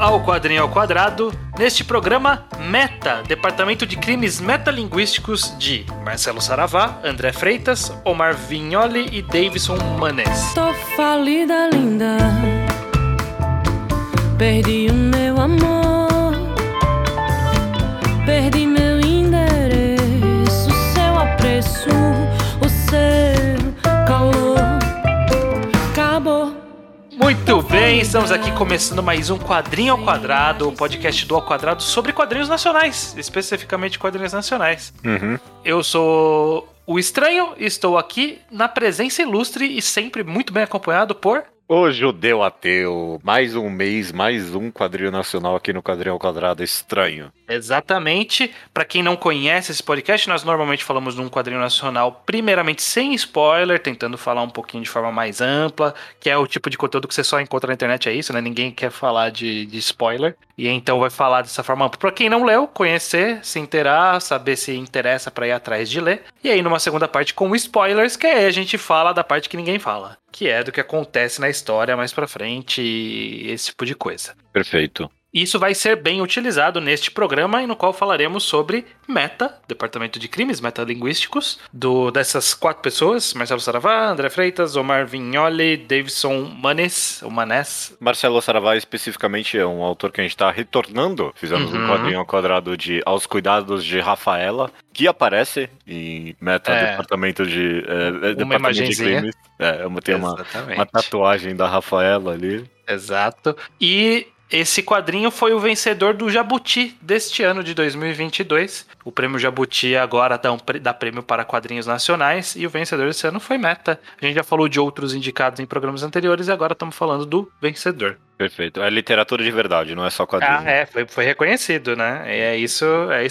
Olá, o Quadrinho ao Quadrado. Neste programa, Meta, Departamento de Crimes Metalinguísticos de Marcelo Saravá, André Freitas, Omar Vignoli e Davidson Manes. Tô falida, linda, perdi o meu amor, perdi meu endereço, seu apreço, o seu calor, acabou. Muito bem, estamos aqui começando mais um Quadrinho ao Quadrado, o podcast do Ao Quadrado sobre quadrinhos nacionais, especificamente quadrinhos nacionais. Eu sou o Estranho e estou aqui na presença ilustre e sempre muito bem acompanhado por... O Judeu Ateu, mais um mês, mais um quadrinho nacional aqui no Quadrinho ao Quadrado Estranho. Exatamente. Para quem não conhece esse podcast, nós normalmente falamos de um quadrinho nacional, primeiramente sem spoiler, tentando falar um pouquinho de forma mais ampla, que é o tipo de conteúdo que você só encontra na internet, é isso, né? Ninguém quer falar de spoiler. E então vai falar dessa forma ampla. Para quem não leu, conhecer, se inteirar, saber se interessa para ir atrás de ler. E aí numa segunda parte com spoilers, que aí a gente fala da parte que ninguém fala, que é do que acontece na história mais pra frente e esse tipo de coisa. Perfeito. Isso vai ser bem utilizado neste programa, no qual falaremos sobre Meta, Departamento de Crimes Metalinguísticos, dessas 4 pessoas, Marcelo Saravá, André Freitas, Omar Vignoli, Davidson Manes, o Manes. Marcelo Saravá especificamente é um autor que a gente está retornando. Fizemos um quadrinho ao quadrado de Aos Cuidados de Rafaela, que aparece em Meta, Departamento de Departamento de Crimes. Tem uma tatuagem da Rafaela ali. Exato. E esse quadrinho foi o vencedor do Jabuti deste ano de 2022. O prêmio Jabuti agora dá prêmio para quadrinhos nacionais e o vencedor desse ano foi Meta. A gente já falou de outros indicados em programas anteriores e agora estamos falando do vencedor. Perfeito. É literatura de verdade, não é só quadrinho. Foi reconhecido, né? É isso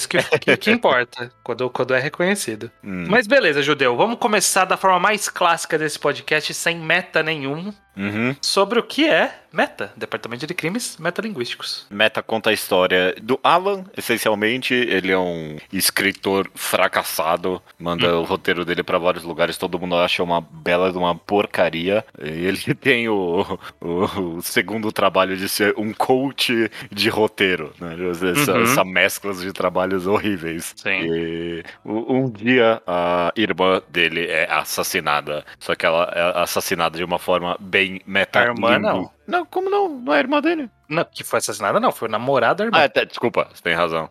que importa, quando é reconhecido. Mas beleza, Judeu, vamos começar da forma mais clássica desse podcast, sem meta nenhum, sobre o que é Meta, Departamento de Crimes Metalinguísticos. Meta conta a história do Alan, essencialmente. Ele é um escritor fracassado, manda o roteiro dele pra vários lugares, todo mundo acha uma bela de uma porcaria. E ele tem o segundo trabalho de ser um coach de roteiro, né? Essa mescla de trabalhos horríveis. Sim. E um dia a irmã dele é assassinada, só que ela é assassinada de uma forma bem metalingue. A irmã não. Não, como não? Não é a irmã dele. Não, que foi assassinada não, foi o namorado da irmã. Desculpa, você tem razão.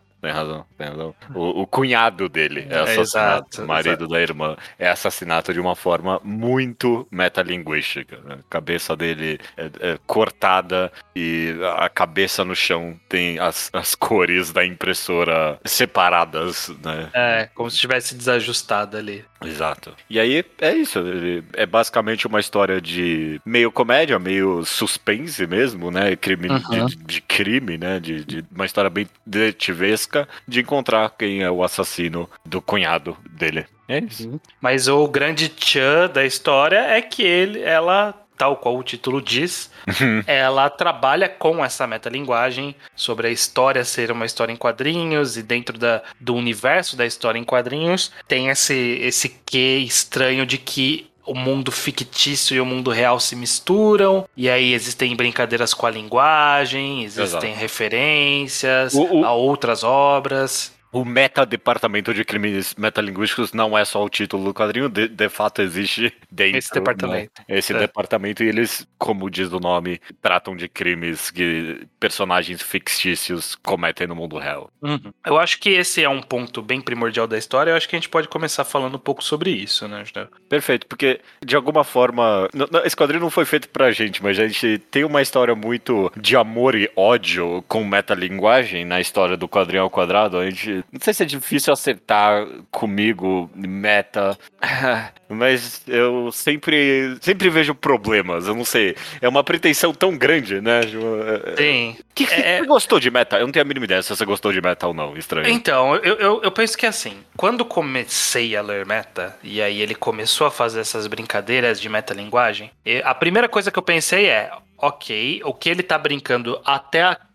O cunhado dele é assassinado, exato, o marido da irmã é assassinado de uma forma muito metalinguística. A cabeça dele é cortada e a cabeça no chão tem as cores da impressora separadas, né? Como se estivesse desajustada ali. Exato. E aí é isso, é basicamente uma história de meio comédia, meio suspense mesmo, né? Crime de crime, né? De uma história bem detetivesca de encontrar quem é o assassino do cunhado dele. É isso. Mas o grande tchan da história é que ela, tal qual o título diz, ela trabalha com essa metalinguagem sobre a história ser uma história em quadrinhos e dentro do universo da história em quadrinhos tem esse quê estranho de que o mundo fictício e o mundo real se misturam, e aí existem brincadeiras com a linguagem, existem referências a outras obras. O Departamento de Crimes Metalinguísticos não é só o título do quadrinho, de fato existe dentro esse departamento. Né? Esse departamento, e eles, como diz o nome, tratam de crimes que personagens fictícios cometem no mundo real. Eu acho que esse é um ponto bem primordial da história, eu acho que a gente pode começar falando um pouco sobre isso, né, Judeu? Perfeito, porque de alguma forma, esse quadrinho não foi feito pra gente, mas a gente tem uma história muito de amor e ódio com metalinguagem na história do Quadrinho ao Quadrado. A gente não sei se é difícil acertar comigo, meta, mas eu sempre vejo problemas, eu não sei. É uma pretensão tão grande, né? Sim. Você gostou de meta? Eu não tenho a mínima ideia se você gostou de meta ou não, estranho. Então, eu penso que assim, quando comecei a ler meta, e aí ele começou a fazer essas brincadeiras de metalinguagem, a primeira coisa que eu pensei é... Ok, o que ele tá brincando até aqui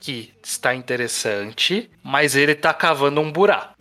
está interessante, mas ele tá cavando um buraco.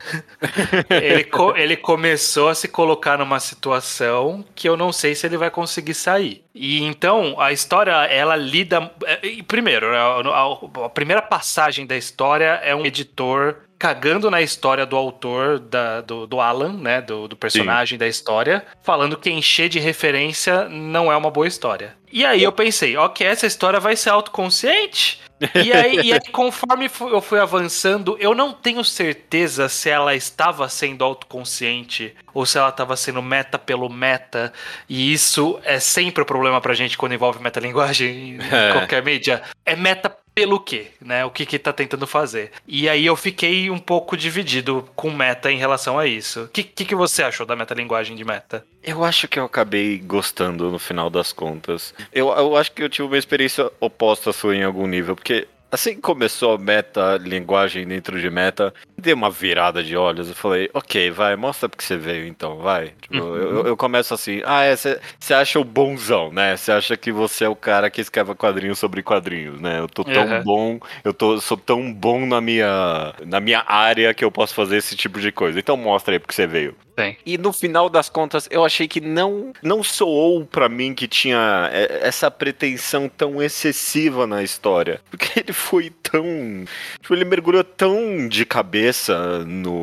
Ele começou a se colocar numa situação que eu não sei se ele vai conseguir sair. E então, a história, ela lida... Primeiro, a primeira passagem da história é um editor cagando na história do autor, do Alan, né, do personagem da história, falando que encher de referência não é uma boa história. E aí eu pensei, ok, essa história vai ser autoconsciente? E aí, conforme eu fui avançando, eu não tenho certeza se ela estava sendo autoconsciente ou se ela estava sendo meta pelo meta. E isso é sempre o problema pra gente quando envolve metalinguagem em qualquer mídia. É meta pelo quê, né? O que tá tentando fazer. E aí eu fiquei um pouco dividido com meta em relação a isso. O que você achou da metalinguagem de meta? Eu acho que eu acabei gostando no final das contas. Eu acho que eu tive uma experiência oposta à sua em algum nível, porque assim que começou a meta-linguagem dentro de meta, dei uma virada de olhos e falei, ok, vai, mostra porque você veio então, vai. Tipo, eu começo assim, você acha o bonzão, né? Você acha que você é o cara que escreve quadrinhos sobre quadrinhos, né? Eu tô tão bom, sou tão bom na minha área que eu posso fazer esse tipo de coisa. Então mostra aí porque você veio. Bem. E no final das contas, eu achei que não soou pra mim que tinha essa pretensão tão excessiva na história. Porque ele foi tão... Tipo, ele mergulhou tão de cabeça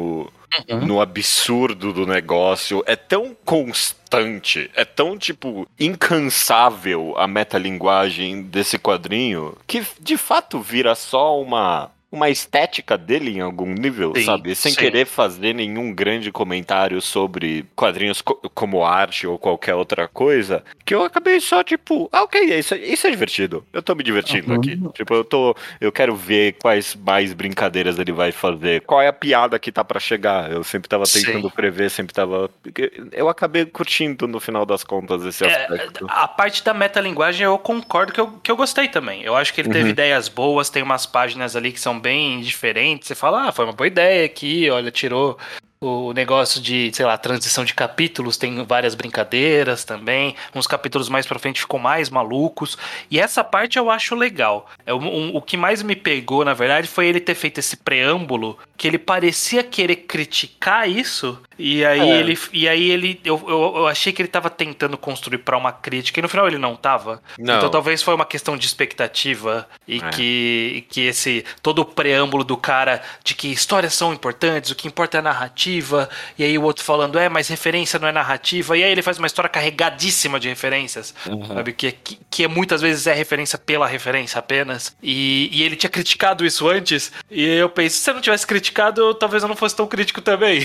no absurdo do negócio. É tão constante, é tão, tipo, incansável a metalinguagem desse quadrinho que, de fato, vira só uma estética dele em algum nível, sim, sabe? Sem querer fazer nenhum grande comentário sobre quadrinhos como arte ou qualquer outra coisa, que eu acabei só, tipo, ok, isso é divertido. Eu tô me divertindo aqui. Tipo, eu quero ver quais mais brincadeiras ele vai fazer, qual é a piada que tá pra chegar. Eu sempre tava tentando prever, sempre tava... Eu acabei curtindo, no final das contas, esse aspecto. A parte da metalinguagem eu concordo que eu gostei também. Eu acho que ele teve ideias boas, tem umas páginas ali que são bem diferentes. Você fala, foi uma boa ideia aqui, olha, tirou o negócio de, sei lá, transição de capítulos, tem várias brincadeiras também, uns capítulos mais pra frente ficam mais malucos, e essa parte eu acho legal. O que mais me pegou, na verdade, foi ele ter feito esse preâmbulo, que ele parecia querer criticar isso, e aí eu achei que ele tava tentando construir pra uma crítica, e no final ele não tava. Não. Então talvez foi uma questão de expectativa, e que esse, todo o preâmbulo do cara, de que histórias são importantes, o que importa é a narrativa, e aí o outro falando, mas referência não é narrativa, e aí ele faz uma história carregadíssima de referências, sabe, que muitas vezes é referência pela referência apenas, e ele tinha criticado isso antes, e eu pensei, se eu não tivesse criticado, talvez eu não fosse tão crítico também.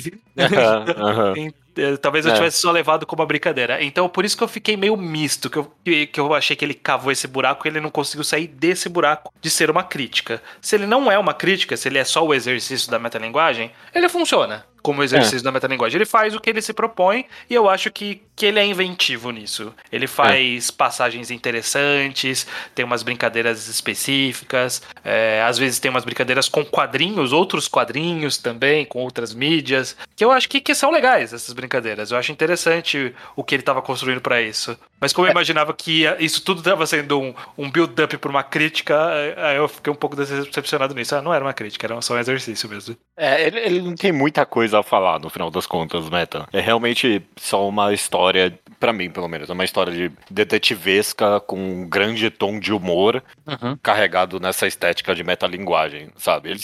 Talvez eu tivesse só levado como uma brincadeira. Então, por isso que eu fiquei meio misto, que eu achei que ele cavou esse buraco e ele não conseguiu sair desse buraco de ser uma crítica. Se ele não é uma crítica, se ele é só o exercício da metalinguagem, ele funciona como exercício da metalinguagem. Ele faz o que ele se propõe e eu acho que ele é inventivo nisso. Ele faz passagens interessantes, tem umas brincadeiras específicas, às vezes tem umas brincadeiras com quadrinhos, outros quadrinhos também, com outras mídias, que eu acho que são legais, essas brincadeiras. Eu acho interessante o que ele estava construindo para isso. Mas como eu imaginava que isso tudo estava sendo um build-up para uma crítica, aí eu fiquei um pouco decepcionado nisso. Não era uma crítica, era só um exercício mesmo. Ele não tem muita coisa a falar, no final das contas, Meta. É realmente só uma história, pra mim, pelo menos, é uma história de detetivesca com um grande tom de humor carregado nessa estética de metalinguagem, sabe?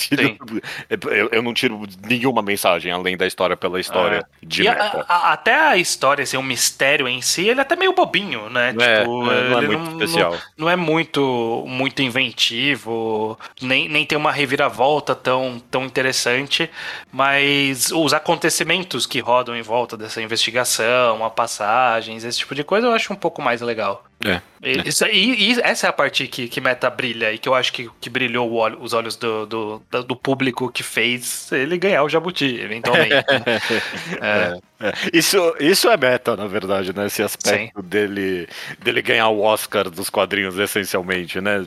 Eu não tiro nenhuma mensagem além da história pela história de meta. Até a história, assim, o mistério em si, ele é até meio bobinho, né? Não é muito especial. Não é muito inventivo, nem tem uma reviravolta tão interessante, mas os acontecimentos que rodam em volta dessa investigação, a passagens, esse tipo de coisa, eu acho um pouco mais legal. E essa é a parte que Meta brilha e que eu acho que brilhou os olhos do público que fez ele ganhar o Jabuti, eventualmente. Isso é Meta, na verdade, né? Esse aspecto dele ganhar o Oscar dos quadrinhos, essencialmente, né?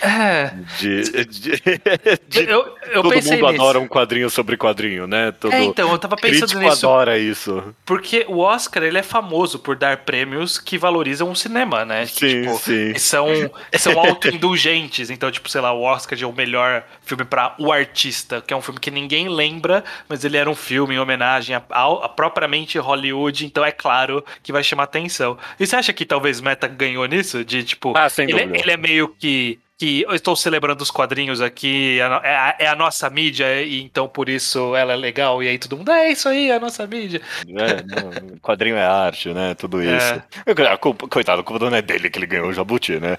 Eu todo pensei mundo nisso. adora um quadrinho sobre quadrinho, né? Então, eu tava pensando crítico nisso. Adora isso. Porque o Oscar, ele é famoso por dar prêmios que valorizam o cinema, né? né? Que, Sim, tipo, sim. que são autoindulgentes. Então, tipo, sei lá, o Oscar de o melhor filme pra O Artista, que é um filme que ninguém lembra, mas ele era um filme em homenagem a propriamente Hollywood, então é claro que vai chamar atenção. E você acha que talvez Meta ganhou nisso? De, tipo, Ah, sem ele, dúvida. ele é meio que eu estou celebrando os quadrinhos aqui, é a nossa mídia, e então por isso ela é legal, e aí todo mundo, é isso aí, é a nossa mídia. Não, quadrinho é arte, né? Tudo isso. É. Coitado, a culpa não é dele que ele ganhou o Jabuti, né?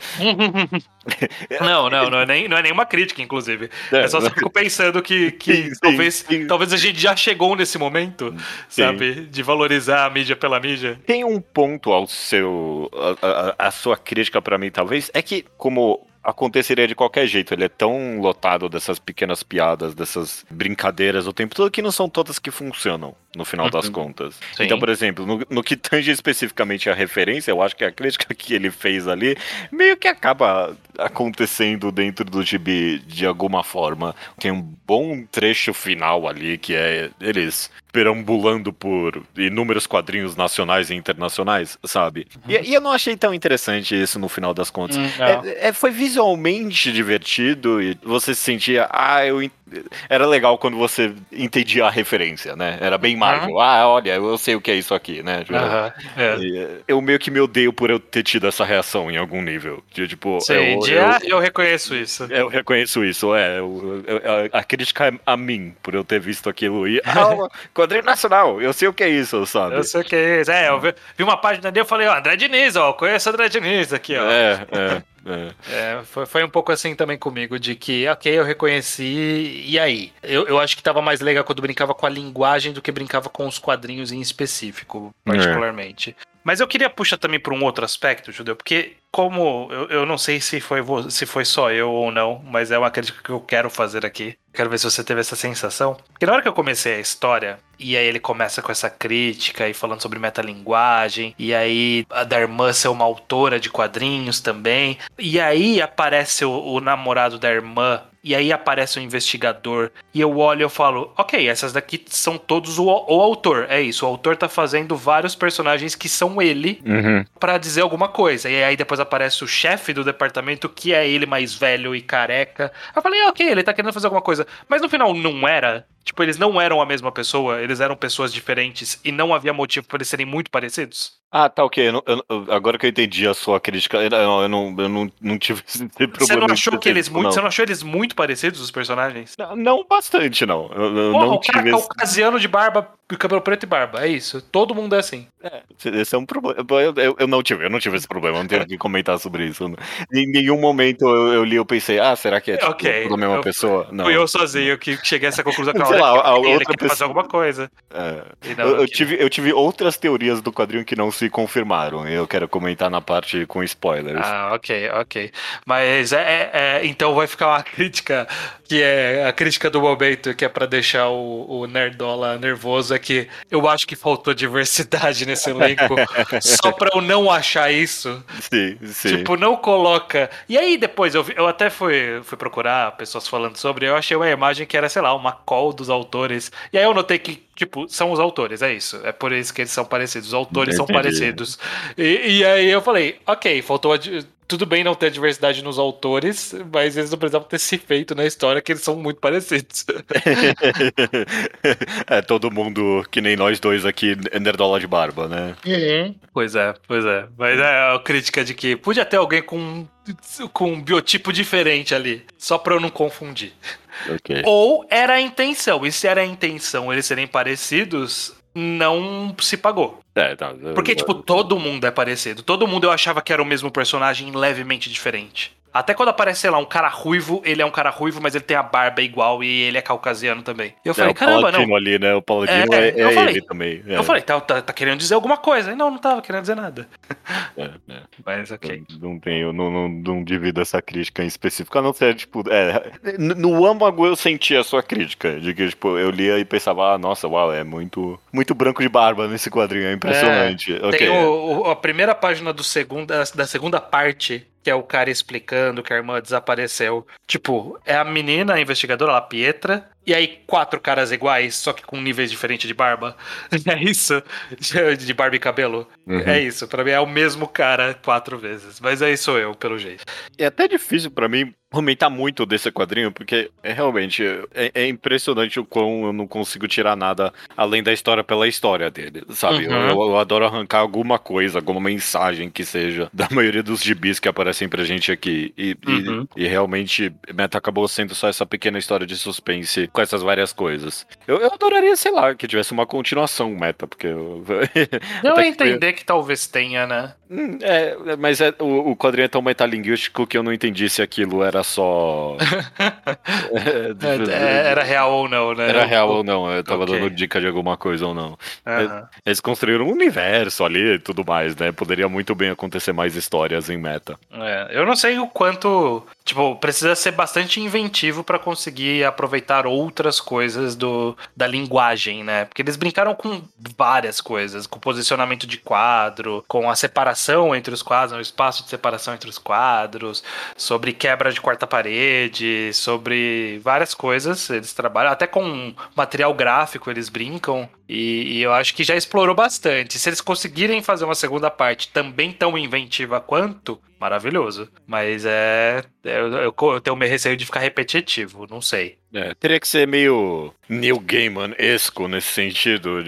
Não é nenhuma crítica, inclusive. É só fico pensando que Sim, sim. talvez a gente já chegou nesse momento, Sim. sabe? De valorizar a mídia pela mídia. Tem um ponto ao seu. A sua crítica pra mim, talvez, é que, como aconteceria de qualquer jeito, ele é tão lotado dessas pequenas piadas, dessas brincadeiras o tempo todo, que não são todas que funcionam, no final das contas. Sim. Então, por exemplo, no que tange especificamente a referência, eu acho que a crítica que ele fez ali meio que acaba acontecendo dentro do gibi de alguma forma. Tem um bom trecho final ali, que é eles perambulando por inúmeros quadrinhos nacionais e internacionais, sabe? E eu não achei tão interessante isso no final das contas. Foi visualmente divertido e você se sentia, era legal quando você entendia a referência, né? Era bem Marvel. Olha, eu sei o que é isso aqui, né? Eu meio que me odeio por eu ter tido essa reação em algum nível. De, tipo, Sim, eu reconheço isso. Eu reconheço isso, a crítica é a mim, por eu ter visto aquilo. E, quadrinho nacional, eu sei o que é isso, sabe? Eu sei o que é isso. Eu vi uma página dele e falei, André Diniz, conheço o André Diniz aqui, ó. Foi um pouco assim também comigo, de que, ok, eu reconheci, e aí? Eu acho que tava mais legal quando brincava com a linguagem do que brincava com os quadrinhos em específico, particularmente. Mas eu queria puxar também para um outro aspecto, Judeu, porque como eu não sei se foi só eu ou não, mas é uma crítica que eu quero fazer aqui. Quero ver se você teve essa sensação. Porque na hora que eu comecei a história, e aí ele começa com essa crítica e falando sobre metalinguagem, e aí a da irmã ser uma autora de quadrinhos também, e aí aparece o namorado da irmã, e aí aparece o investigador, e eu olho e eu falo, ok, essas daqui são todos o autor, é isso, o autor tá fazendo vários personagens que são ele pra dizer alguma coisa, e aí depois aparece o chefe do departamento, que é ele mais velho e careca. Eu falei, ok, ele tá querendo fazer alguma coisa, mas no final não era. Tipo, eles não eram a mesma pessoa, eles eram pessoas diferentes e não havia motivo para eles serem muito parecidos. Ah, tá, ok. Agora que eu entendi a sua crítica, eu não tive esse problema. Você não achou você não achou eles muito parecidos, os personagens? Não bastante, não. O cara caucasiano de barba, cabelo preto e barba, é isso. Todo mundo é assim. Esse é um problema. Eu não tive esse problema, não tenho que comentar sobre isso. Em nenhum momento eu li, eu pensei, será que é tudo a mesma pessoa? Não. Fui eu sozinho que cheguei a essa conclusão. Sei lá, a outra ele quer pessoa fazer alguma coisa. Eu tive outras teorias do quadrinho que não se confirmaram. Eu quero comentar na parte com spoilers. Ok. Mas então vai ficar uma crítica, que é a crítica do momento, que é pra deixar o Nerdola nervoso, é que eu acho que faltou diversidade nesse elenco, só pra eu não achar isso. Sim. Tipo, não coloca. E aí depois eu até fui procurar pessoas falando sobre, eu achei uma imagem que era, sei lá, uma call dos autores. E aí eu notei que, tipo, são os autores, é isso. É por isso que eles são parecidos. Os autores são parecidos. E aí eu falei, ok, faltou. Tudo bem não ter diversidade nos autores, mas eles não precisavam ter se feito na história, que eles são muito parecidos. Todo mundo, que nem nós dois aqui, nerdola de barba, né? Pois é. Mas é a crítica de que podia ter alguém com um biotipo diferente ali, só pra eu não confundir. Okay. Ou era a intenção, e se era a intenção eles serem parecidos, não se pagou. Porque, tipo, todo mundo é parecido. Todo mundo eu achava que era o mesmo personagem levemente diferente. Até quando aparece, sei lá, um cara ruivo, ele é um cara ruivo, mas ele tem a barba igual e ele é caucasiano também. E eu falei, caramba, não. O Paladino ali, né? O Paladino é ele também. Eu falei, tá querendo dizer alguma coisa. E não tava querendo dizer nada. Mas ok. Não divido essa crítica em específico. A não ser, tipo, no âmago eu senti a sua crítica. De que, tipo, eu lia e pensava, nossa, uau, é muito branco de barba nesse quadrinho, é impressionante. Tem a primeira página da segunda parte, que é o cara explicando que a irmã desapareceu. Tipo, é a menina, a investigadora, a Pietra, E aí, 4 caras iguais, só que com níveis diferentes de barba. É isso? De barba e cabelo. É isso. Pra mim é o mesmo cara 4 vezes. Mas aí sou eu, pelo jeito. É até difícil pra mim comentar muito desse quadrinho, porque realmente é impressionante o quão eu não consigo tirar nada além da história pela história dele, sabe? Eu adoro arrancar alguma coisa, alguma mensagem que seja da maioria dos gibis que aparecem pra gente aqui. E realmente Meta acabou sendo só essa pequena história de suspense com essas várias coisas. Eu adoraria, sei lá, que tivesse uma continuação Meta, porque Deu até a que entender que talvez tenha, né? Mas o quadrinho é tão metalinguístico que eu não entendi se aquilo era só. Era real ou não, né? Era real ou não, eu tava dando Ok. dica de alguma coisa ou não. Aham. Eles construíram um universo ali e tudo mais, né? Poderia muito bem acontecer mais histórias em Meta. Eu não sei o quanto. Tipo, precisa ser bastante inventivo pra conseguir aproveitar outras coisas da linguagem, né? Porque eles brincaram com várias coisas, com o posicionamento de quadro, com a separação entre os quadros, o espaço de separação entre os quadros, sobre quebra de quarta parede, sobre várias coisas. Eles trabalham, até com material gráfico eles brincam. E eu acho que já explorou bastante. Se eles conseguirem fazer uma segunda parte também tão inventiva quanto, maravilhoso. Mas eu tenho meio receio de ficar repetitivo, não sei. Teria que ser meio Neil Gaiman-esco nesse sentido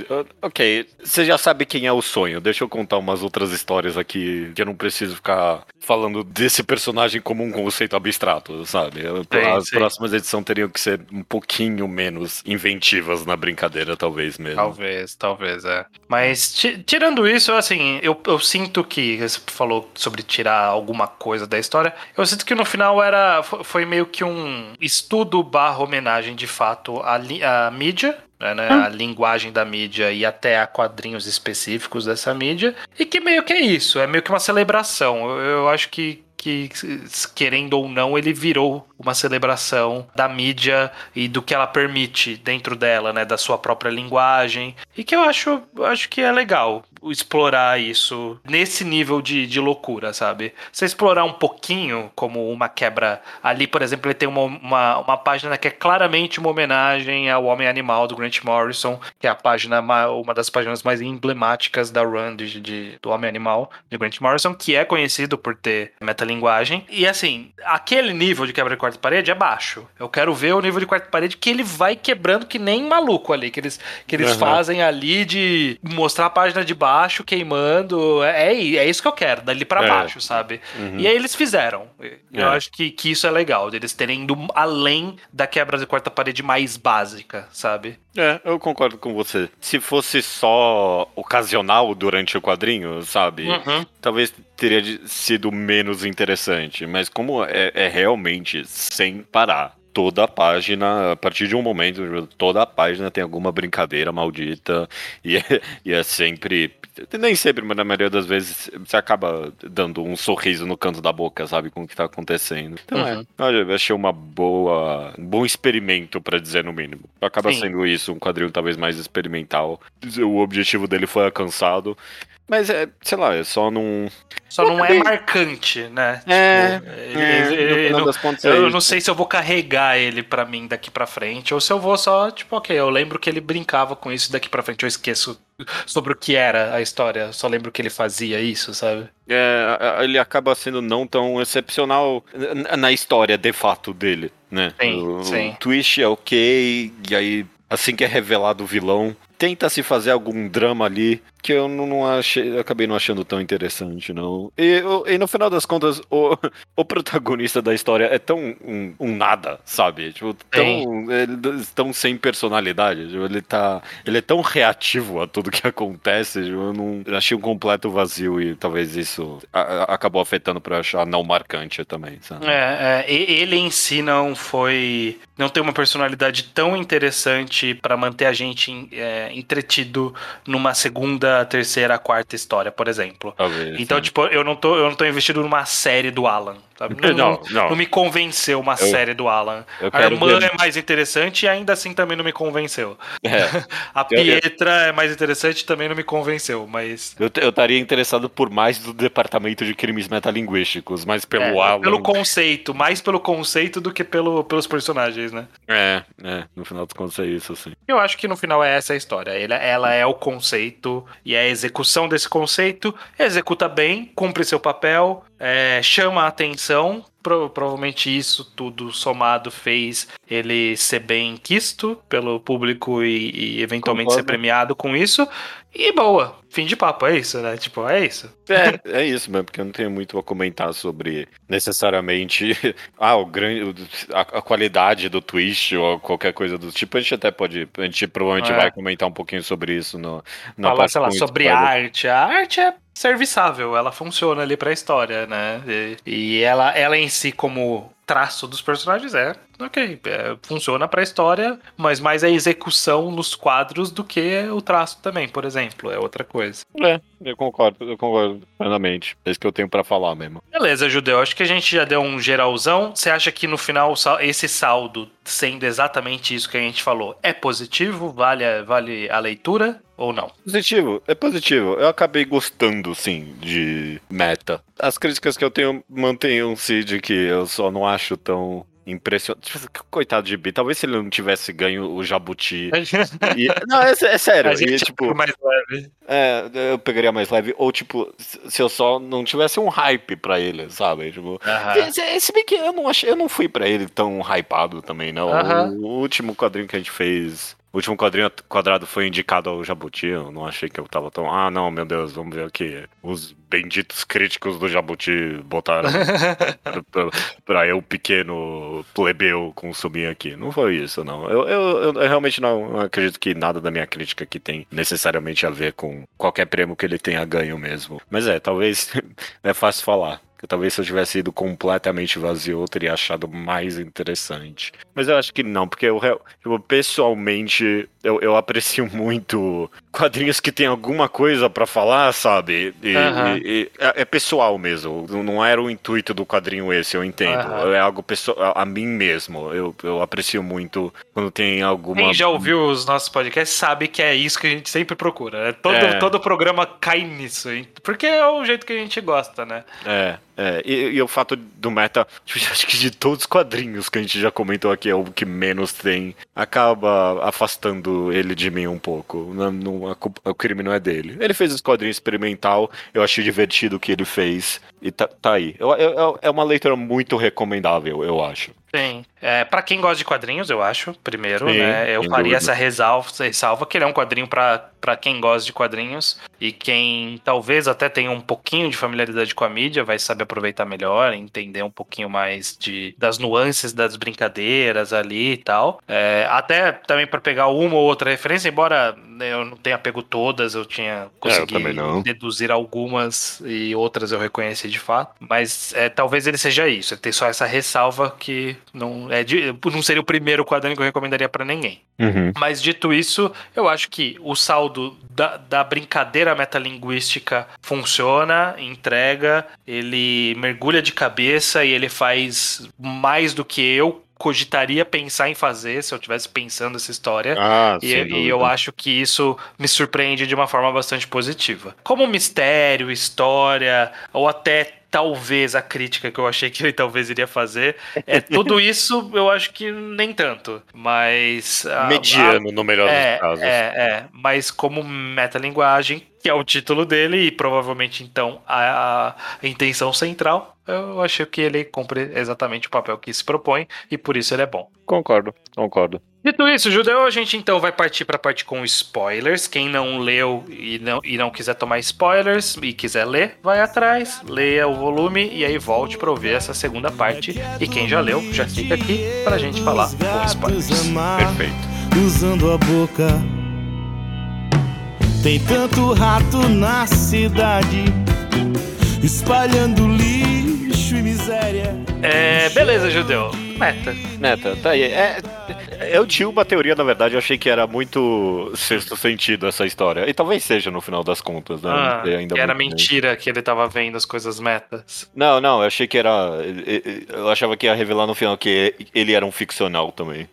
ok, você já sabe quem é o sonho, deixa eu contar umas outras histórias aqui que eu não preciso ficar falando desse personagem como um conceito abstrato, sabe? As Sim. próximas edições teriam que ser um pouquinho menos inventivas na brincadeira, talvez mesmo. Talvez, é. Mas tirando isso, assim, eu sinto que você falou sobre tirar alguma coisa da história. Eu sinto que no final foi meio que um estudo barra homenagem de fato à mídia. Né, a linguagem da mídia e até a quadrinhos específicos dessa mídia. E que meio que é isso, é meio que uma celebração. Eu acho que querendo ou não, ele virou uma celebração da mídia e do que ela permite dentro dela, né, da sua própria linguagem, e que eu acho que é legal explorar isso nesse nível de loucura, sabe? Você explorar um pouquinho como uma quebra ali, por exemplo, ele tem uma página que é claramente uma homenagem ao Homem-Animal do Grant Morrison, que é a página, uma das páginas mais emblemáticas da run do Homem-Animal de Grant Morrison, que é conhecido por ter metalinguagem. E assim, aquele nível de quebra de quarta parede é baixo. Eu quero ver o nível de quarta parede que ele vai quebrando que nem maluco ali, que eles fazem ali de mostrar a página de baixo queimando. É isso que eu quero, dali pra baixo, sabe? E aí eles fizeram. Eu acho que isso é legal, deles terem ido além da quebra de quarta parede mais básica, sabe? Eu concordo com você. Se fosse só ocasional durante o quadrinho, sabe? Talvez teria sido menos interessante. Mas como é realmente sem parar. Toda a página, a partir de um momento, toda a página tem alguma brincadeira maldita e é sempre, nem sempre, mas na maioria das vezes você acaba dando um sorriso no canto da boca, sabe, com o que tá acontecendo. Então eu achei um bom experimento, pra dizer no mínimo. Acaba sendo isso, um quadrinho talvez mais experimental. O objetivo dele foi alcançado. Mas sei lá, só não. Só não é marcante, né? No final das contas eu não sei se eu vou carregar ele pra mim daqui pra frente, ou se eu vou só, tipo, ok, eu lembro que ele brincava com isso, daqui pra frente eu esqueço sobre o que era a história, só lembro que ele fazia isso, sabe? Ele acaba sendo não tão excepcional na história, de fato, dele, né? Sim. O twist é ok, e aí, assim que é revelado o vilão, tenta se fazer algum drama ali, que eu não achei, eu acabei não achando tão interessante, não. E no final das contas, o protagonista da história é tão um nada, sabe? Tipo, tão sem personalidade. Tipo, ele é tão reativo a tudo que acontece. Tipo, eu achei um completo vazio e talvez isso acabou afetando pra eu achar não marcante também, sabe? Ele em si não tem uma personalidade tão interessante pra manter a gente entretido numa segunda, terceira, quarta história, por exemplo. Talvez, então, tipo, eu não tô investido numa série do Alan, sabe? Não. Me convenceu uma série do Alan. A irmã é mais interessante e ainda assim também não me convenceu. A Pietra é mais interessante e também não me convenceu, mas... Eu estaria interessado por mais do departamento de crimes metalinguísticos, mais pelo Alan. Pelo conceito, mais pelo conceito do que pelos personagens, né? No final dos contos é isso, assim. Eu acho que no final é essa a história. Ela é o conceito e a execução desse conceito, executa bem, cumpre seu papel, chama a atenção. Provavelmente isso tudo somado fez ele ser bem quisto pelo público e eventualmente ser premiado com isso. E boa, fim de papo, é isso, né? Tipo, é isso. É isso mesmo, porque eu não tenho muito a comentar sobre necessariamente a qualidade do twist ou qualquer coisa do tipo. A gente provavelmente vai comentar um pouquinho sobre isso na falar, sei lá, sobre arte. A arte é serviçável, ela funciona ali pra história, né? E ela em si, como traço dos personagens, funciona pra história, mas mais a execução nos quadros do que o traço também, por exemplo, é outra coisa. Eu concordo plenamente. É isso que eu tenho pra falar mesmo. Beleza, Judeu, acho que a gente já deu um geralzão. Você acha que no final esse saldo, sendo exatamente isso que a gente falou, é positivo? Vale a leitura ou não? É positivo. Eu acabei gostando, sim, de meta. As críticas que eu tenho mantenham-se de que eu só não acho tão impressionante. Coitado de Bi, talvez se ele não tivesse ganho o Jabuti. Não, é sério. A gente mais leve. Eu pegaria mais leve. Ou, tipo, se eu só não tivesse um hype pra ele, sabe? Tipo, se bem que eu não fui pra ele tão hypado também, não. O último quadrinho que a gente fez. O último quadrinho quadrado foi indicado ao Jabuti. Eu não achei que eu tava tão... não, meu Deus, vamos ver aqui. Os benditos críticos do Jabuti botaram pra eu, pequeno plebeu, consumir aqui. Não foi isso, não. Eu realmente não acredito que nada da minha crítica aqui tem necessariamente a ver com qualquer prêmio que ele tenha ganho mesmo. Mas talvez é fácil falar. Talvez se eu tivesse ido completamente vazio, eu teria achado mais interessante. Mas eu acho que não, porque eu pessoalmente, eu aprecio muito quadrinhos que tem alguma coisa pra falar, sabe? É pessoal mesmo. Não era o intuito do quadrinho esse, eu entendo. É algo pessoal, a mim mesmo. Eu aprecio muito quando tem alguma... Quem já ouviu os nossos podcasts sabe que é isso que a gente sempre procura. Todo programa cai nisso, hein? Porque é o jeito que a gente gosta, né? E o fato do meta, acho que de todos os quadrinhos que a gente já comentou aqui, é o que menos tem, acaba afastando ele de mim um pouco. O crime não é dele. Ele fez esse quadrinho experimental, eu achei divertido o que ele fez, e tá aí. É uma leitura muito recomendável, eu acho. Sim. Pra quem gosta de quadrinhos, eu acho, primeiro, né? Eu faria essa ressalva, que ele é um quadrinho pra quem gosta de quadrinhos e quem talvez até tenha um pouquinho de familiaridade com a mídia, vai saber aproveitar melhor, entender um pouquinho mais das nuances das brincadeiras ali e tal. Até também pra pegar uma ou outra referência, embora eu não tenha pego todas, eu tinha conseguido deduzir algumas e outras eu reconheci de fato, mas talvez ele seja isso, ter só essa ressalva que não seria o primeiro quadrinho que eu recomendaria pra ninguém. Mas dito isso, eu acho que o saldo da brincadeira metalinguística funciona, entrega, ele mergulha de cabeça e ele faz mais do que eu cogitaria pensar em fazer se eu estivesse pensando essa história. E eu acho que isso me surpreende de uma forma bastante positiva. Como mistério, história, ou até talvez a crítica que eu achei que ele talvez iria fazer, tudo isso eu acho que nem tanto, mas... mediano no melhor dos casos. Mas como metalinguagem, que é o título dele e provavelmente então a intenção central, eu achei que ele cumpre exatamente o papel que se propõe e por isso ele é bom. Concordo. Dito isso, Judeu, a gente então vai partir para a parte com spoilers. Quem não leu e não quiser tomar spoilers e quiser ler, vai atrás, leia o volume e aí volte para ouvir essa segunda parte. E quem já leu, já fica aqui para a gente falar com spoilers. Perfeito. Usando a boca. Tem tanto rato na cidade, espalhando lixo e miséria. Beleza, Judeu. Meta, tá aí. Eu tinha uma teoria, na verdade, eu achei que era muito sexto sentido essa história. E talvez seja no final das contas, né? Não sei ainda que era muito bem. mentira que ele tava vendo as coisas metas. Não, eu achei que era. Eu achava que ia revelar no final que ele era um ficcional também.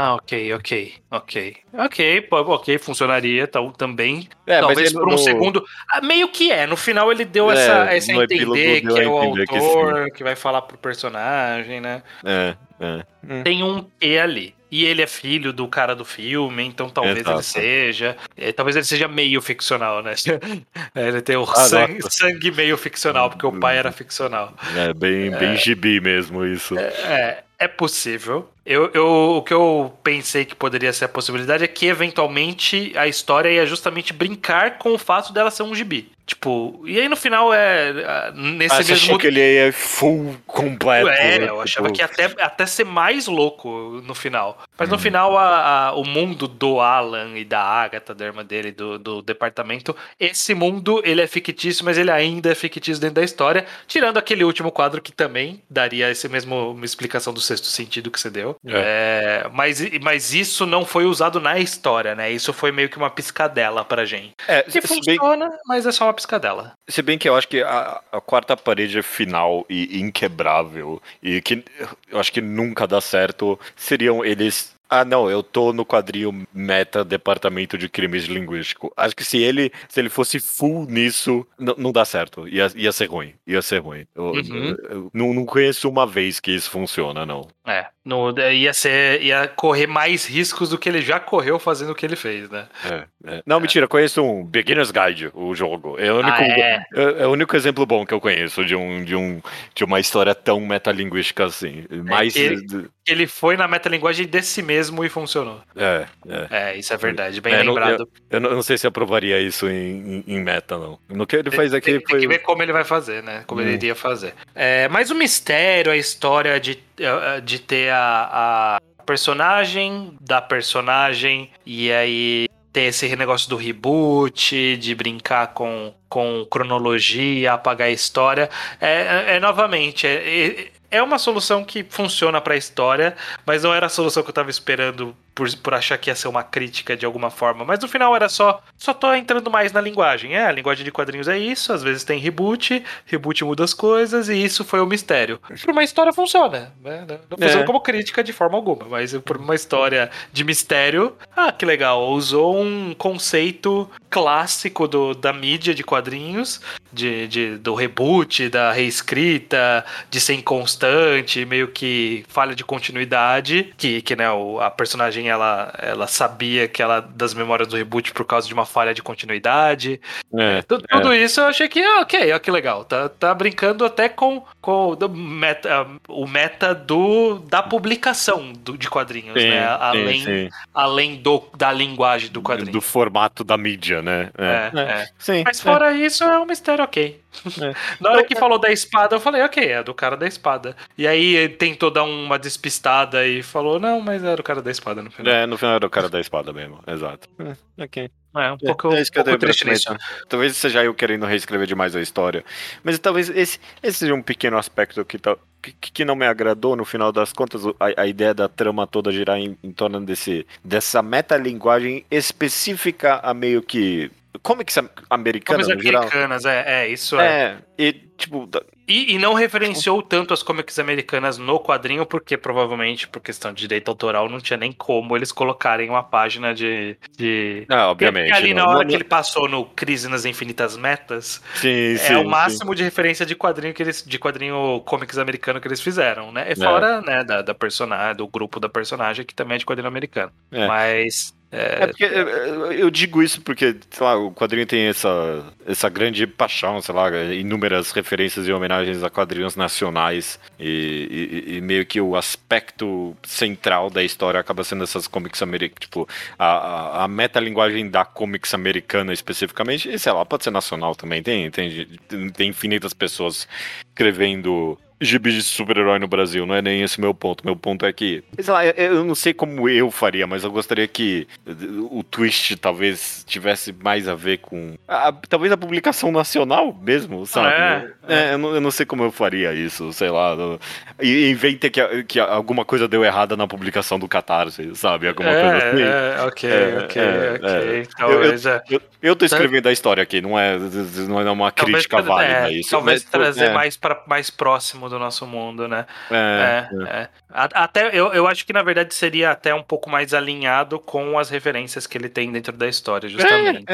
Ok, funcionaria também. Mas Talvez ele por um segundo. Meio que é. No final ele deu essa a no epílogo entender deu que a é o entender que autor que vai falar pro personagem, né? Tem um E ali. E ele é filho do cara do filme, então talvez Exato. ele seja. Talvez ele seja meio ficcional, né? Ele tem o sangue meio ficcional, porque o pai era ficcional. Bem gibi mesmo isso. É possível. O que eu pensei que poderia ser a possibilidade é que, eventualmente, a história ia justamente brincar com o fato dela ser um gibi. Tipo, e aí no final nesse Você mesmo... achou que ele ia completo completo? Eu achava que ia até ser mais louco no final. Mas no final, o mundo do Alan e da Agatha, da irmã dele, do departamento, esse mundo, ele é fictício, mas ele ainda é fictício dentro da história, tirando aquele último quadro que também daria uma explicação do sexto sentido que você deu. Mas isso não foi usado na história, né? Isso foi meio que uma piscadela pra gente. Que funciona, mas é só uma piscadela. Se bem que eu acho que a quarta parede final e inquebrável, e que eu acho que nunca dá certo, seriam eles... não, eu tô no quadrinho meta departamento de crimes linguísticos. Acho que se ele fosse full nisso, não dá certo. Ia ser ruim. Eu não conheço uma vez que isso funciona, não. Ia correr mais riscos do que ele já correu fazendo o que ele fez, né? Não, mentira, conheço um Beginner's Guide, o jogo. É o único exemplo bom que eu conheço de uma história tão metalinguística assim. Mas... Ele foi na metalinguagem desse mesmo e funcionou. Isso é verdade, bem lembrado. Eu não sei se aprovaria isso em meta, não. No que ele faz aqui tem que ver como ele vai fazer, né? Como ele iria fazer. Mas o mistério, a história de ter a personagem da personagem e aí ter esse negócio do reboot, de brincar com cronologia, apagar a história, novamente... É uma solução que funciona pra história, mas não era a solução que eu tava esperando por achar que ia ser uma crítica de alguma forma. Mas no final era só tô entrando mais na linguagem. A linguagem de quadrinhos é isso, às vezes tem reboot muda as coisas, e isso foi o mistério. Por uma história funciona, né? Não funciona como crítica de forma alguma, mas por uma história de mistério, que legal, usou um conceito clássico da mídia de quadrinhos, do reboot, da reescrita, de ser inconstante, meio que falha de continuidade, que né, a personagem ela sabia que das memórias do reboot por causa de uma falha de continuidade. Tudo isso eu achei que, ok, que legal. Tá brincando até com o meta da publicação de quadrinhos, né? Além da linguagem do quadrinho. Do formato da mídia, né? Sim, mas fora isso, é um mistério ok. Na hora que falou da espada, eu falei, ok, é do cara da espada. E aí ele tentou dar uma despistada e falou, não, mas era o cara da espada no final. No final era o cara da espada mesmo, exato. Ok. Um pouco triste nisso. Talvez seja eu querendo reescrever demais a história. Mas talvez esse seja um pequeno aspecto que não me agradou no final das contas, a ideia da trama toda girar em torno dessa metalinguagem específica a meio que comics americanas no geral. Isso é. E tipo... E não referenciou tanto as comics americanas no quadrinho, porque provavelmente, por questão de direito autoral, não tinha nem como eles colocarem uma página de... obviamente. Porque ali na hora que ele passou no Crise nas Infinitas Metas, o máximo de referência de quadrinho comics americano que eles fizeram, né? E fora, né, da personagem, do grupo da personagem, que também é de quadrinho americano. Mas... porque eu digo isso porque, sei lá, o quadrinho tem essa grande paixão, sei lá, inúmeras referências e homenagens a quadrinhos nacionais e meio que o aspecto central da história acaba sendo essas comics americanas, tipo, a metalinguagem da comics americana especificamente, e sei lá, pode ser nacional também, tem infinitas pessoas escrevendo gibi de super-herói no Brasil, não é nem esse meu ponto. Meu ponto é que, sei lá, eu não sei como eu faria, mas eu gostaria que o twist talvez tivesse mais a ver com talvez a publicação nacional mesmo, sabe? Eu não sei como eu faria isso, sei lá. E inventa que alguma coisa deu errada na publicação do Catarse, sabe? Alguma coisa assim. Ok. Talvez Eu tô escrevendo a história aqui, não é uma crítica válida isso. Talvez trazer mais próximo do nosso mundo, né? Até eu acho que na verdade seria até um pouco mais alinhado com as referências que ele tem dentro da história, justamente.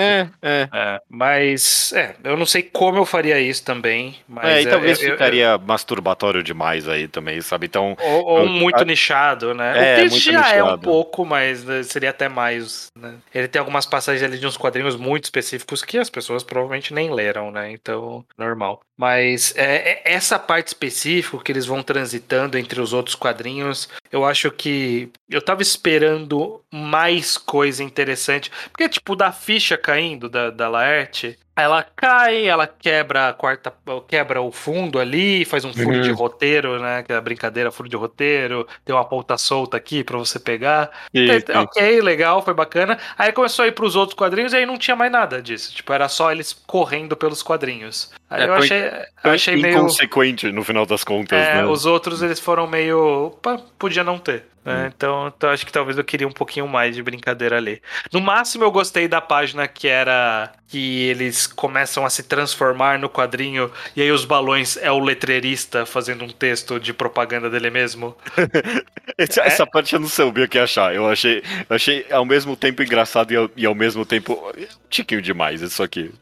Mas eu não sei como eu faria isso também. Mas e talvez ficaria masturbatório demais aí também, sabe? Então, ou muito nichado, né? O que já nichado. é um pouco, mas seria até mais, né? Ele tem algumas passagens ali de uns quadrinhos muito específicos que as pessoas provavelmente nem leram, né? Então, normal. Mas essa parte específica que eles vão transitando entre os outros quadrinhos, eu acho que eu tava esperando mais coisa interessante. Porque, tipo, da ficha caindo da Laerte, ela cai, ela quebra o fundo ali, faz um furo de roteiro, né? Que é a brincadeira, furo de roteiro, tem uma ponta solta aqui pra você pegar. Ok, legal, foi bacana. Aí começou a ir pros outros quadrinhos e aí não tinha mais nada disso. Tipo, era só eles correndo pelos quadrinhos. Aí eu achei meio inconsequente no final das contas, né? Os outros eles foram meio... Opa, podia não ter. Então acho que talvez eu queria um pouquinho mais de brincadeira ali. No máximo eu gostei da página que era que eles começam a se transformar no quadrinho e aí os balões é o letreirista fazendo um texto de propaganda dele mesmo. Essa parte eu não sabia o que achar. Eu achei ao mesmo tempo engraçado e ao mesmo tempo um tiquinho demais isso aqui.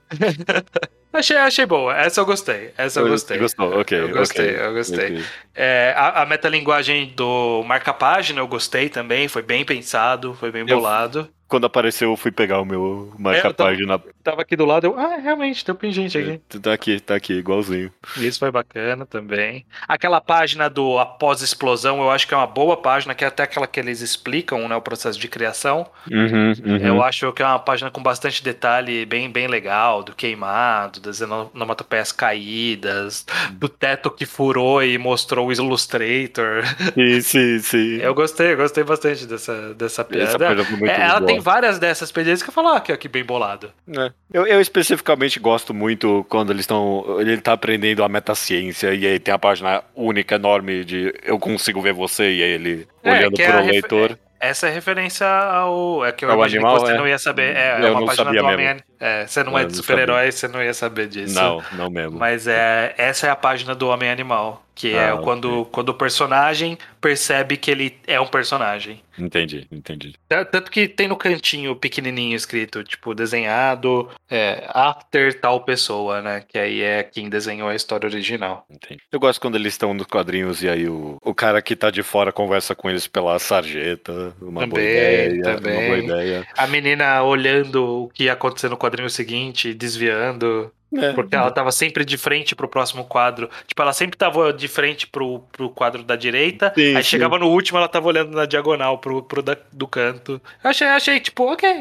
Achei boa. Essa eu gostei. Você gostou? Ok. Eu gostei. Okay. A metalinguagem do marca-página eu gostei também. Foi bem pensado, foi bem bolado. Quando apareceu, eu fui pegar o meu marca-página. Tava aqui do lado, realmente, tem um pingente aqui. Tá aqui, igualzinho. Isso foi bacana também. Aquela página do após explosão, eu acho que é uma boa página, que é até aquela que eles explicam, né, o processo de criação. Eu acho que é uma página com bastante detalhe, bem, bem legal, do queimado, das onomatopeias caídas, do teto que furou e mostrou o Illustrator. Sim. Eu gostei bastante dessa piada. Essa página foi muito ela boa. tem várias dessas piadas que eu falo, que bem bolado. Eu especificamente gosto muito quando ele tá aprendendo a metaciência e aí tem a página única, enorme de eu consigo ver você e aí ele olhando pro leitor. Essa é referência ao... É que eu imaginei animal, que você não ia saber. Eu uma não página sabia do mesmo. Homem... você não é de super-herói, você não ia saber disso. Não mesmo. Mas essa é a página do Homem Animal. Que quando o personagem percebe que ele é um personagem. Entendi. Tanto que tem no cantinho pequenininho escrito, tipo, desenhado after tal pessoa, né? Que aí é quem desenhou a história original. Entendi. Eu gosto quando eles estão nos quadrinhos e aí o cara que tá de fora conversa com eles pela sarjeta. Uma boa ideia. A menina olhando o que ia acontecer no quadrinho seguinte, desviando... Porque ela tava sempre de frente pro próximo quadro. Tipo, ela sempre tava de frente pro quadro da direita. Aí chegava no último, ela tava olhando na diagonal do canto. Achei tipo, ok,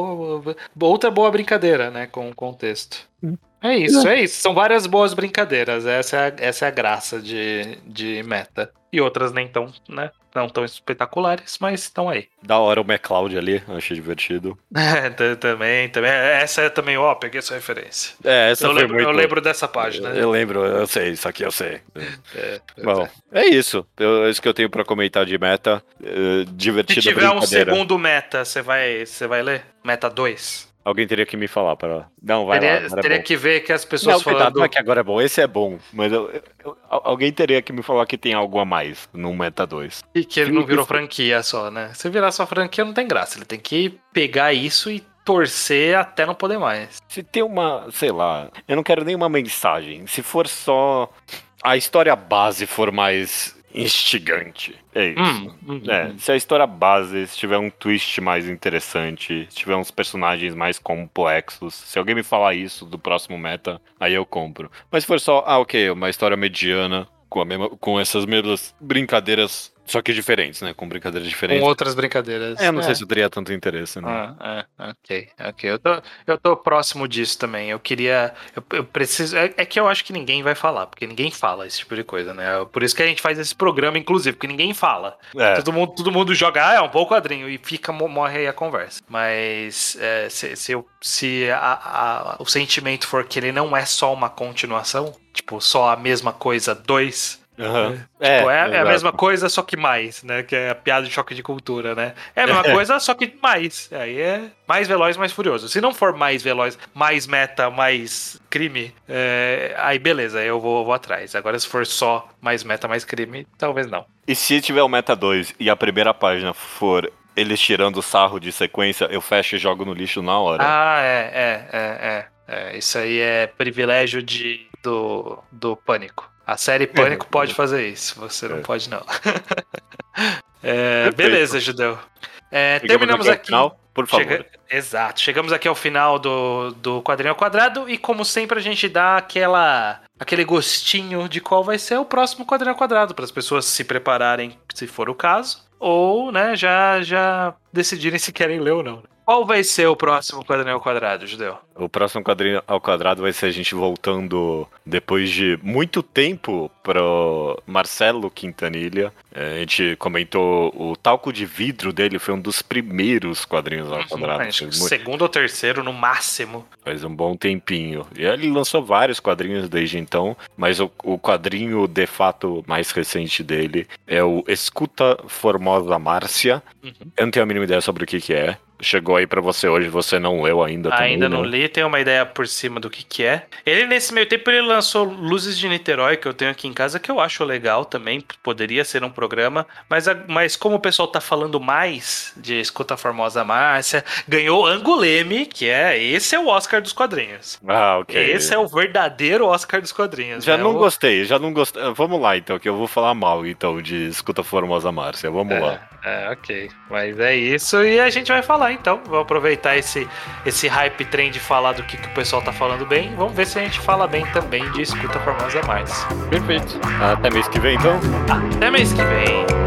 outra boa brincadeira, né? Com o contexto. É isso. São várias boas brincadeiras. Essa é a graça de meta. E outras nem tão, né? Não tão espetaculares, mas estão aí. Da hora o McCloud ali, achei divertido. Também. Essa é também, peguei essa referência. Essa eu lembro dessa página. Eu lembro, eu sei, isso aqui eu sei. Bom, é isso. É isso que eu tenho pra comentar de meta. Divertido. Se tiver um segundo meta, você vai ler? Meta 2? Alguém teria que me falar para. Não, vai lá. Teria que ver que as pessoas falando. Não é que agora é bom, esse é bom. Mas alguém teria que me falar que tem algo a mais no Meta 2. E que ele não virou franquia só, né? Se virar só franquia, não tem graça. Ele tem que pegar isso e torcer até não poder mais. Se tem uma, sei lá, eu não quero nenhuma mensagem. Se for só a história base for mais instigante. É isso. Se a história base, se tiver um twist mais interessante, se tiver uns personagens mais complexos, se alguém me falar isso do próximo meta, aí eu compro. Mas se for só, ok, uma história mediana, com essas mesmas brincadeiras, só que diferentes, né? Com brincadeiras diferentes. Com outras brincadeiras. Eu não sei se eu teria tanto interesse, né? Ok. Eu tô próximo disso também. Eu queria. Eu preciso. É que eu acho que ninguém vai falar, porque ninguém fala esse tipo de coisa, né? Por isso que a gente faz esse programa, inclusive, porque ninguém fala. É. Todo mundo joga, é um bom quadrinho, e morre aí a conversa. Mas se o sentimento for que ele não é só uma continuação, tipo, só a mesma coisa 2. Uhum. É a mesma coisa, só que mais, né? Que é a piada de choque de cultura, né? É a mesma coisa, só que mais. Aí é mais veloz, mais furioso. Se não for mais veloz, mais meta, mais crime, aí beleza, eu vou atrás. Agora, se for só mais meta, mais crime, talvez não. E se tiver o Meta 2 e a primeira página for eles tirando sarro de sequência, eu fecho e jogo no lixo na hora. Isso aí é privilégio do Pânico. A série Pânico pode fazer isso, você não pode não. Beleza, Judeu. Terminamos aqui. Final, por favor. Exato, chegamos aqui ao final do Quadrinho ao Quadrado e como sempre a gente dá aquele gostinho de qual vai ser o próximo Quadrinho ao Quadrado, para as pessoas se prepararem, se for o caso, ou né, já decidirem se querem ler ou não. Qual vai ser o próximo Quadrinho ao Quadrado, Judeu? O próximo Quadrinho ao Quadrado vai ser a gente voltando depois de muito tempo pro Marcelo Quintanilha. A gente comentou o Talco de Vidro dele, foi um dos primeiros quadrinhos ao quadrado. Segundo ou terceiro, no máximo. Faz um bom tempinho. E ele lançou vários quadrinhos desde então, mas o quadrinho de fato mais recente dele é o Escuta Formosa Márcia. Eu não tenho a mínima ideia sobre o que é. Chegou aí pra você hoje, você não leu ainda também, ainda não né? li, tenho uma ideia por cima do que é. Ele, nesse meio tempo, ele lançou Luzes de Niterói, que eu tenho aqui em casa, que eu acho legal também, poderia ser um programa, mas como o pessoal tá falando mais de Escuta Formosa Márcia, ganhou Anguleme, que esse é o Oscar dos quadrinhos. Ah, ok. Esse é o verdadeiro Oscar dos quadrinhos. Já não gostei. Vamos lá, então, que eu vou falar mal, então, de Escuta Formosa Márcia. Vamos lá. Ok. Mas é isso e a gente vai falar, então. Vamos aproveitar esse hype trem de falar do que o pessoal tá falando bem. Vamos ver se a gente fala bem também de Escuta Formosa Márcia. Perfeito. Até mês que vem, então. Até mês que vem.